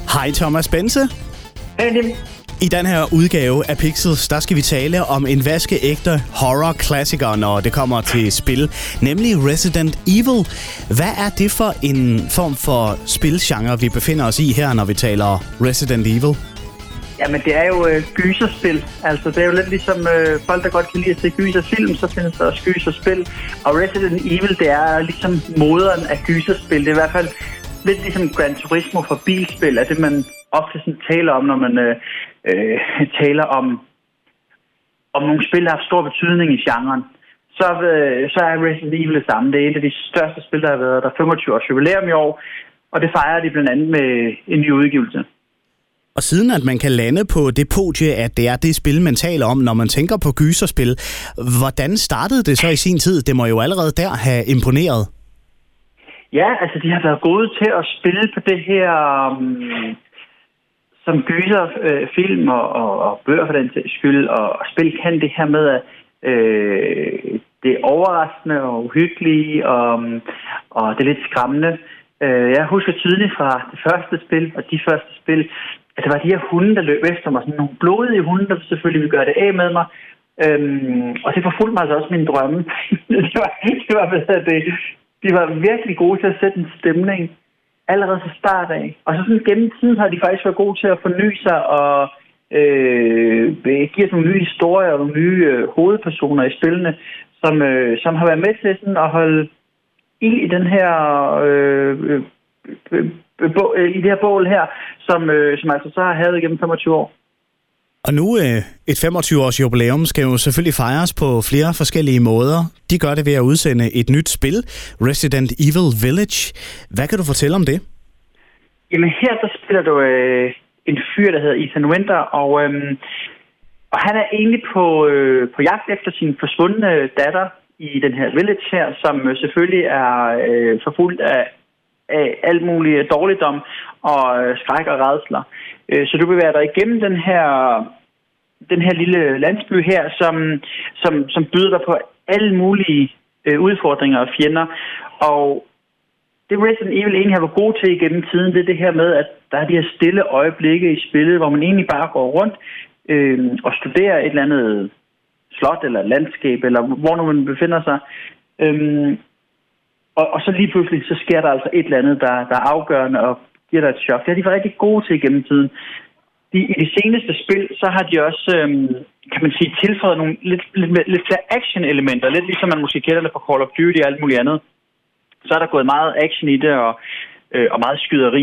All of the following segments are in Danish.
Hej Thomas Bense. Hej Lim. I den her udgave af Pixels, der skal vi tale om en vaskeægte horror-klassiker, når det kommer til spil, nemlig Resident Evil. Hvad er det for en form for spilgenre, vi befinder os i her, når vi taler Resident Evil? Jamen, det er jo gyserspil. Altså, det er jo lidt ligesom folk, der godt kan lide at se gyserfilm, så findes der også gyserspil. Og Resident Evil, det er ligesom moderen af gyserspil. Det er i hvert fald lidt ligesom Gran Turismo for bilspil, er det, man ofte sådan taler om, når man taler om nogle spil, der har stor betydning i genren. Så er Resident Evil det samme. Det er et af de største spil, der har været. Der er 25 års jubilæum i år, og det fejrer de blandt andet med en ny udgivelse. Og siden at man kan lande på det podie, at det er det spil, man taler om, når man tænker på gyserspil, hvordan startede det så i sin tid? Det må jo allerede der have imponeret. Ja, altså de har været gode til at spille på det her, som gyserfilm og bøger for den skyld, og spil kan det her med, at det er overraskende og uhyggelige, og det er lidt skræmmende. Jeg husker tydeligt fra det første spil og de første spil, at det var de her hunde, der løb efter mig. Sådan nogle blodige hunde, der selvfølgelig ville gøre det af med mig. Og det forfulgte mig altså også mine drømme. De var virkelig gode til at sætte en stemning allerede fra start af. Og så sådan gennem tiden har de faktisk været gode til at forny sig og give os nogle nye historier og nogle nye hovedpersoner i spillene, som har været med til sådan at holde i den her i det her bål her, som altså så har haft gennem 25 år. Og nu et 25-års jubilæum skal jo selvfølgelig fejres på flere forskellige måder. De gør det ved at udsende et nyt spil, Resident Evil Village. Hvad kan du fortælle om det? Jamen her der spiller du en fyr, der hedder Ethan Winter, og han er egentlig på jagt efter sin forsvundne datter i den her village her, som selvfølgelig er forfulgt af alt muligt dårligdom og skræk og rædsler. Så du bevæger dig igennem den her lille landsby her, som byder dig på alle mulige udfordringer og fjender. Og det Resident Evil egentlig har været gode til igennem tiden, det er det her med, at der er de her stille øjeblikke i spillet, hvor man egentlig bare går rundt og studerer et eller andet slot eller landskab, eller hvor nu man befinder sig. Og så lige pludselig, så sker der altså et eller andet, der er afgørende og giver dig et chok. Det har de været rigtig gode til igennem tiden. I de seneste spil, så har de også, kan man sige, tilføjet nogle lidt flere action-elementer. Lidt ligesom man måske kender det fra Call of Duty og alt muligt andet. Så er der gået meget action i det og meget skyderi.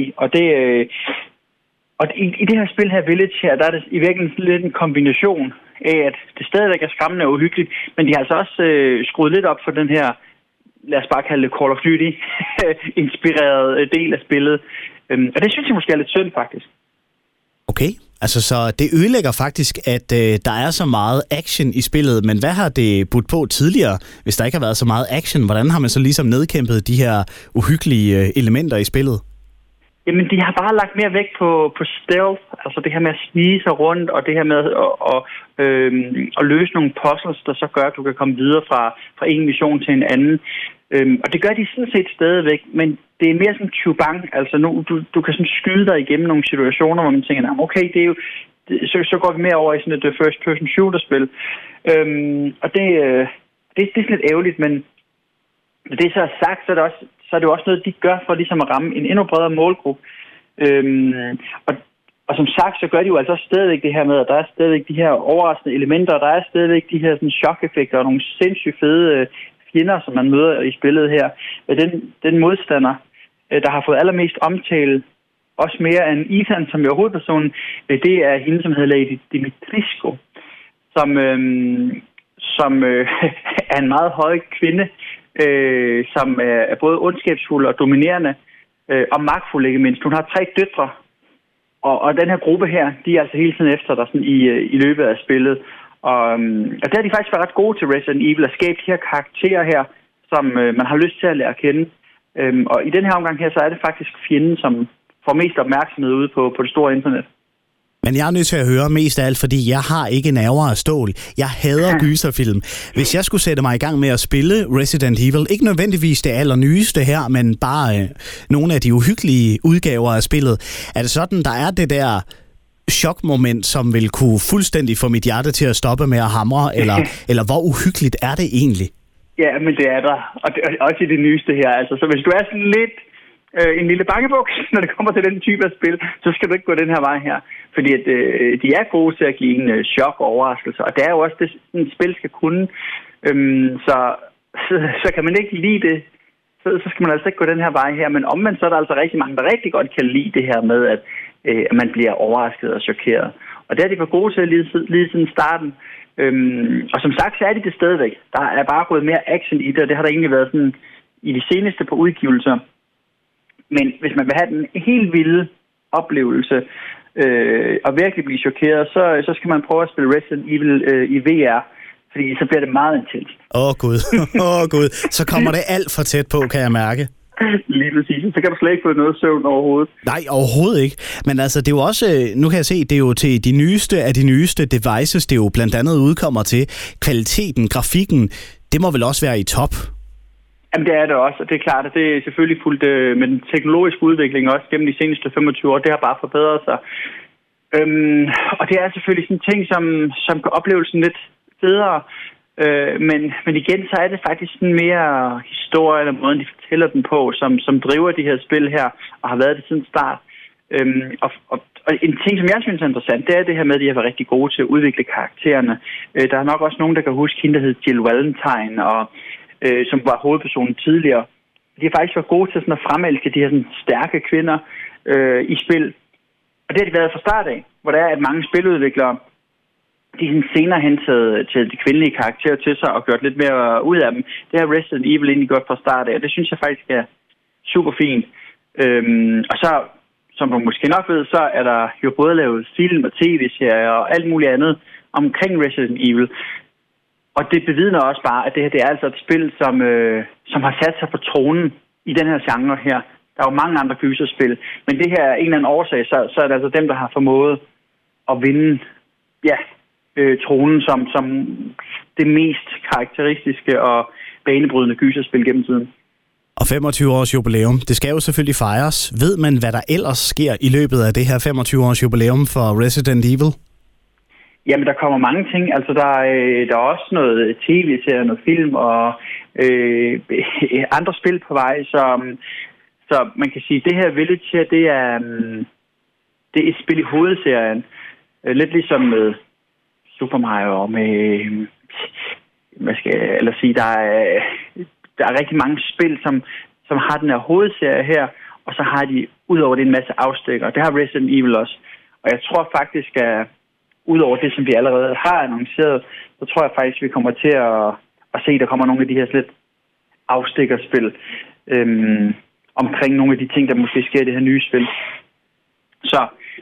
Og i det her spil her, Village her, der er det i virkeligheden lidt en kombination af, at det stadigvæk er skræmmende og uhyggeligt, men de har altså også skruet lidt op for den her, lad os bare kalde det Call of Duty-inspireret del af spillet. Og det synes jeg måske er lidt synd, faktisk. Okay, altså så det ødelægger faktisk, at der er så meget action i spillet, men hvad har det budt på tidligere, hvis der ikke har været så meget action? Hvordan har man så ligesom nedkæmpet de her uhyggelige elementer i spillet? Jamen, de har bare lagt mere vægt på stealth, altså det her med at snige sig rundt, og det her med at løse nogle puzzles, der så gør, at du kan komme videre fra en mission til en anden. Og det gør de sådan set stadigvæk, men det er mere sådan tjubang, altså nu, du kan sådan skyde dig igennem nogle situationer, hvor man tænker, okay, det er jo, så går vi mere over i sådan et first-person shooter-spil. Og det er sådan lidt ærgerligt, men når det så er sagt, så er det jo også noget, de gør for ligesom at ramme en endnu bredere målgruppe. Og som sagt, så gør de jo altså stadigvæk det her med, at der er stadigvæk de her overraskende elementer, og der er stadigvæk de her sådan chok-effekter og nogle sindssygt fede fjender, som man møder i spillet her. Den modstander, der har fået allermest omtale, også mere end Ethan, som er hovedpersonen, det er hende, som hedder Lady Dimitrescu, som er en meget høj kvinde, som er både ondskabsfuld og dominerende og magtfuld, ikke mindst. Hun har 3 døtre, og den her gruppe her, de er altså hele tiden efter dig sådan i løbet af spillet. Og der har de faktisk været ret gode til Resident Evil at skabe de her karakterer her, som man har lyst til at lære at kende. Og i den her omgang her, så er det faktisk fjenden, som får mest opmærksomhed ude på det store internet. Men jeg er nødt til at høre mest af alt, fordi jeg har ikke nerver af stål. Jeg hader gyserfilm. Hvis jeg skulle sætte mig i gang med at spille Resident Evil, ikke nødvendigvis det allernyeste her, men bare nogle af de uhyggelige udgaver af spillet, er det sådan, der er det der chokmoment, som vil kunne fuldstændig få mit hjerte til at stoppe med at hamre, eller hvor uhyggeligt er det egentlig? Ja, men det er der. Og det, også i det nyeste her. Altså, så hvis du er sådan lidt en lille bangebuks, når det kommer til den type af spil, så skal du ikke gå den her vej her. Fordi at, de er gode til at give en chok og overraskelse. Og det er jo også det, et spil skal kunne. Så kan man ikke lide det, så skal man altså ikke gå den her vej her. Men omvendt så er der altså rigtig mange, der rigtig godt kan lide det her med, at man bliver overrasket og chokeret. Og det er de for gode til lige siden starten. Og som sagt, så er de det stadigvæk. Der er bare gået mere action i det, og det har der egentlig været sådan i de seneste par udgivelser. Men hvis man vil have den helt vilde oplevelse og virkelig blive chokeret, så skal man prøve at spille Resident Evil i VR, fordi så bliver det meget intenst. Gud. Så kommer det alt for tæt på, kan jeg mærke. Lige præcis. Så kan du slet ikke få noget søvn overhovedet. Nej, overhovedet ikke. Men altså, det er jo også, nu kan jeg se, det er jo til de nyeste af de nyeste devices, det er jo blandt andet udkommer til. Kvaliteten, grafikken, det må vel også være i top? Jamen, det er det også, og det er klart, at det er selvfølgelig fuldt med den teknologiske udvikling også gennem de seneste 25 år. Det har bare forbedret sig. Og det er selvfølgelig sådan ting, som gør oplevelsen lidt federe. Men igen, så er det faktisk sådan mere historie, eller måden, de fortæller den på, som driver de her spil her, og har været det siden start. Og en ting, som jeg synes er interessant, det er det her med, at de har været rigtig gode til at udvikle karaktererne. Der er nok også nogen, der kan huske hende, der hed Jill Valentine, og som var hovedpersonen tidligere. De har faktisk været gode til sådan at fremelske de her sådan stærke kvinder i spil. Og det har de været fra start af, hvor der er, at mange spiludviklere, de er senere hentaget til de kvindelige karakterer til sig og gjort lidt mere ud af dem. Det har Resident Evil egentlig gjort fra start af, og det synes jeg faktisk er super fint. Og så, som du måske nok ved, så er der jo både lavet film og tv-serier og alt muligt andet omkring Resident Evil. Og det bevidner også bare, at det her det er altså et spil, som har sat sig på tronen i den her genre her. Der er jo mange andre gyserspil, men det her er en eller anden årsag, så er det altså dem, der har formået at vinde tronen som det mest karakteristiske og banebrydende gyserspil gennem tiden. Og 25 års jubilæum, det skal jo selvfølgelig fejres. Ved man, hvad der ellers sker i løbet af det her 25 års jubilæum for Resident Evil? Jamen, der kommer mange ting. Altså, der er også noget tv-serie, noget film og andre spil på vej, så man kan sige, at det her Village her, det er et spil i hovedserien. Lidt ligesom med Super Mario og med, hvad skal jeg ellers sige, der er rigtig mange spil, som har den her hovedserie her, og så har de udover det en masse afstikker. Det har Resident Evil også. Og jeg tror faktisk, at udover det, som vi allerede har annonceret, så tror jeg faktisk, vi kommer til at se, at der kommer nogle af de her lidt afstikkerspil omkring nogle af de ting, der måske sker i det her nye spil. Så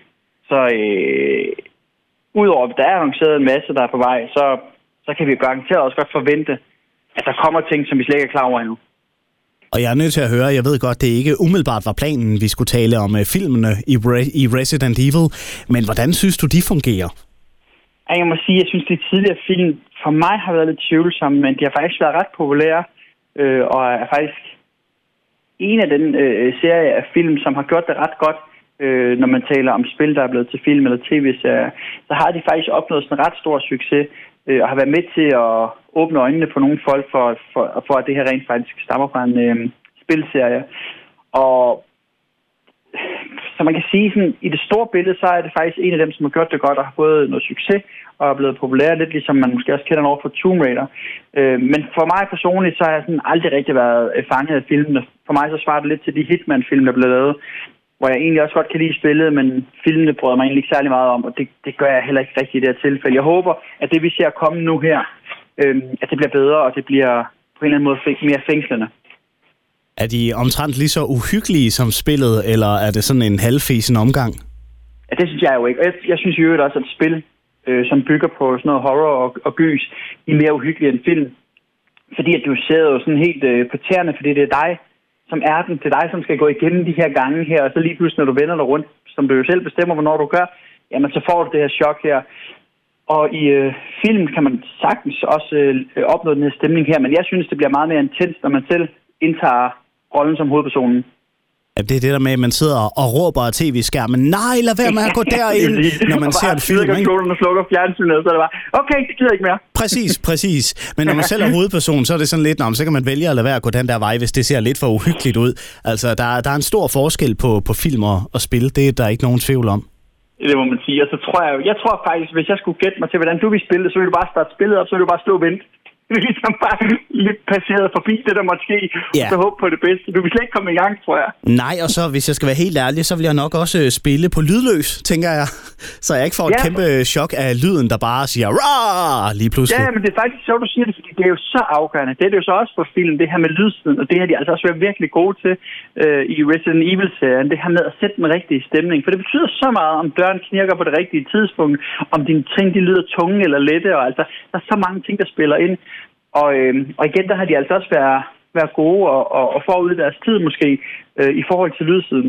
udover at der er annonceret en masse, der er på vej, så kan vi garanteret også godt forvente, at der kommer ting, som vi slet ikke er klar over endnu. Og jeg er nødt til at høre, jeg ved godt, det ikke umiddelbart var planen, vi skulle tale om filmene i Resident Evil, men hvordan synes du, de fungerer? Jeg må sige, jeg synes, de tidligere film for mig har været lidt tvivlsomme, men de har faktisk været ret populære, og er faktisk en af den serie af film, som har gjort det ret godt, når man taler om spil, der er blevet til film eller tv-serier, så har de faktisk opnået sådan en ret stor succes, og har været med til at åbne øjnene på nogle folk for at det her rent faktisk stammer fra en spilserie. Og så man kan sige, sådan, i det store billede, så er det faktisk en af dem, som har gjort det godt og har fået noget succes og er blevet populær, lidt ligesom man måske også kender over for Tomb Raider. Men for mig personligt, så har jeg sådan aldrig rigtig været fanget af filmene. For mig så svarer det lidt til de Hitman-film, der blev lavet, hvor jeg egentlig også godt kan lide spillet, men filmene bryder mig egentlig ikke særlig meget om, og det gør jeg heller ikke rigtigt i det her tilfælde. Jeg håber, at det vi ser komme nu her, at det bliver bedre, og det bliver på en eller anden måde mere fængslende. Er de omtrent lige så uhyggelige som spillet, eller er det sådan en halvfesen omgang? Ja, det synes jeg jo ikke. Og jeg synes jo også, at et spil, som bygger på sådan noget horror og gys, er mere uhyggelige end film. Fordi at du ser jo sådan helt på tæerne, fordi det er dig, som er den. Det er dig, som skal gå igennem de her gange her, og så lige pludselig, når du vender dig rundt, som du jo selv bestemmer, hvornår du gør, jamen så får du det her chok her. Og i film kan man sagtens også opnå den her stemning her, men jeg synes, det bliver meget mere intens, når man selv indtager rollen som hovedpersonen. Ja, det er det der med, at man sidder og råber af tv-skærmen, nej, lad være med at gå derind, når man ser en film, ikke? Og slukker fjernsynet, så er det bare, okay, det gider ikke mere. Præcis. Men når man selv er hovedperson, så er det sådan lidt, så kan man vælge at lade være at gå den der vej, hvis det ser lidt for uhyggeligt ud. Altså, der er en stor forskel på film og spil, det er der ikke nogen tvivl om. Det må man sige, og så tror jeg tror faktisk, hvis jeg skulle gætte mig til, hvordan du vil spille det, så vil du bare starte spillet op, så vil du bare stå og vente. Det er ligesom bare lidt passeret forbi det, der måtte ske, og så håbe på det bedste. Du vil slet ikke komme i gang, tror jeg. Nej, og så hvis jeg skal være helt ærlig, så vil jeg nok også spille på lydløs, tænker jeg. Så jeg ikke får et kæmpe chok af lyden, der bare siger Rah! Lige pludselig. Ja, men det er faktisk sjovt, du siger det, fordi det er jo så afgørende. Det er det jo så også for film, det her med lydsiden, og det har de altså også været virkelig gode til i Resident Evil-serien. Det her med at sætte den rigtige stemning, for det betyder så meget, om døren knirker på det rigtige tidspunkt, om dine ting, de lyder tunge eller lette, og altså, der er så mange ting, der spiller ind. Og igen, der har de altså også været gode og forud deres tid måske i forhold til lydsiden,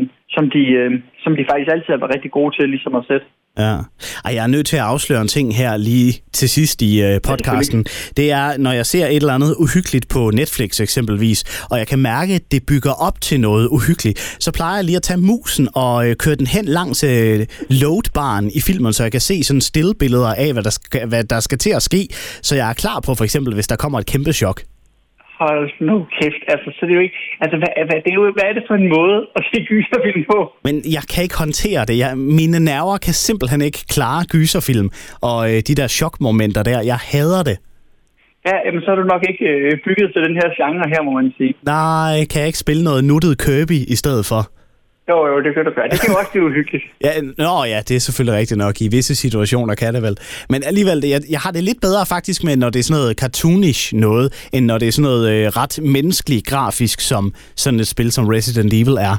som de faktisk altid har været rigtig gode til, ligesom at sætte. Ja. Jeg er nødt til at afsløre en ting her lige til sidst i podcasten. Det er, når jeg ser et eller andet uhyggeligt på Netflix eksempelvis, og jeg kan mærke, at det bygger op til noget uhyggeligt, så plejer jeg lige at tage musen og køre den hen langs loadbaren i filmen, så jeg kan se sådan stillbilleder af, hvad der skal til at ske, så jeg er klar på for eksempel, hvis der kommer et kæmpe chok. Hold nu kæft, altså, så det er jo ikke, altså, hvad er det for en måde at se gyserfilm på? Men jeg kan ikke håndtere det. Mine nerver kan simpelthen ikke klare gyserfilm, og de der chokmomenter der, jeg hader det. Ja, jamen, så er du nok ikke bygget til den her genre her, må man sige. Nej, kan jeg ikke spille noget nuttet Kirby i stedet for? Jo, det kan du gøre. Det kan jo også blive uhyggeligt. Ja, det er selvfølgelig rigtigt nok. I visse situationer kan det vel. Men alligevel, jeg har det lidt bedre faktisk med, når det er sådan noget cartoonish noget, end når det er sådan noget ret menneskeligt grafisk, som sådan et spil som Resident Evil er.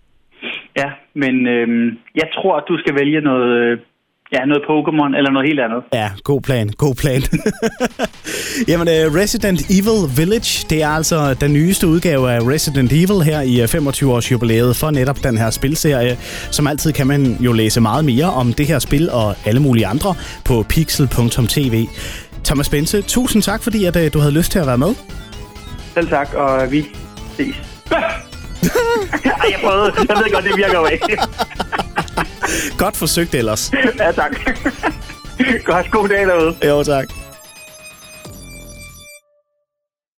Ja, men jeg tror, at du skal vælge noget Pokémon eller noget helt andet. Ja, god plan. Jamen, Resident Evil Village, det er altså den nyeste udgave af Resident Evil her i 25-års jubilæet for netop den her spilserie. Som altid kan man jo læse meget mere om det her spil og alle mulige andre på pixel.tv. Thomas Bense, tusind tak, fordi at du havde lyst til at være med. Selv tak, og vi ses. Jeg prøvede. Jeg ved godt, det virker jo ikke. Godt forsøgt ellers. Ja, tak. God dag derude. Jo, tak.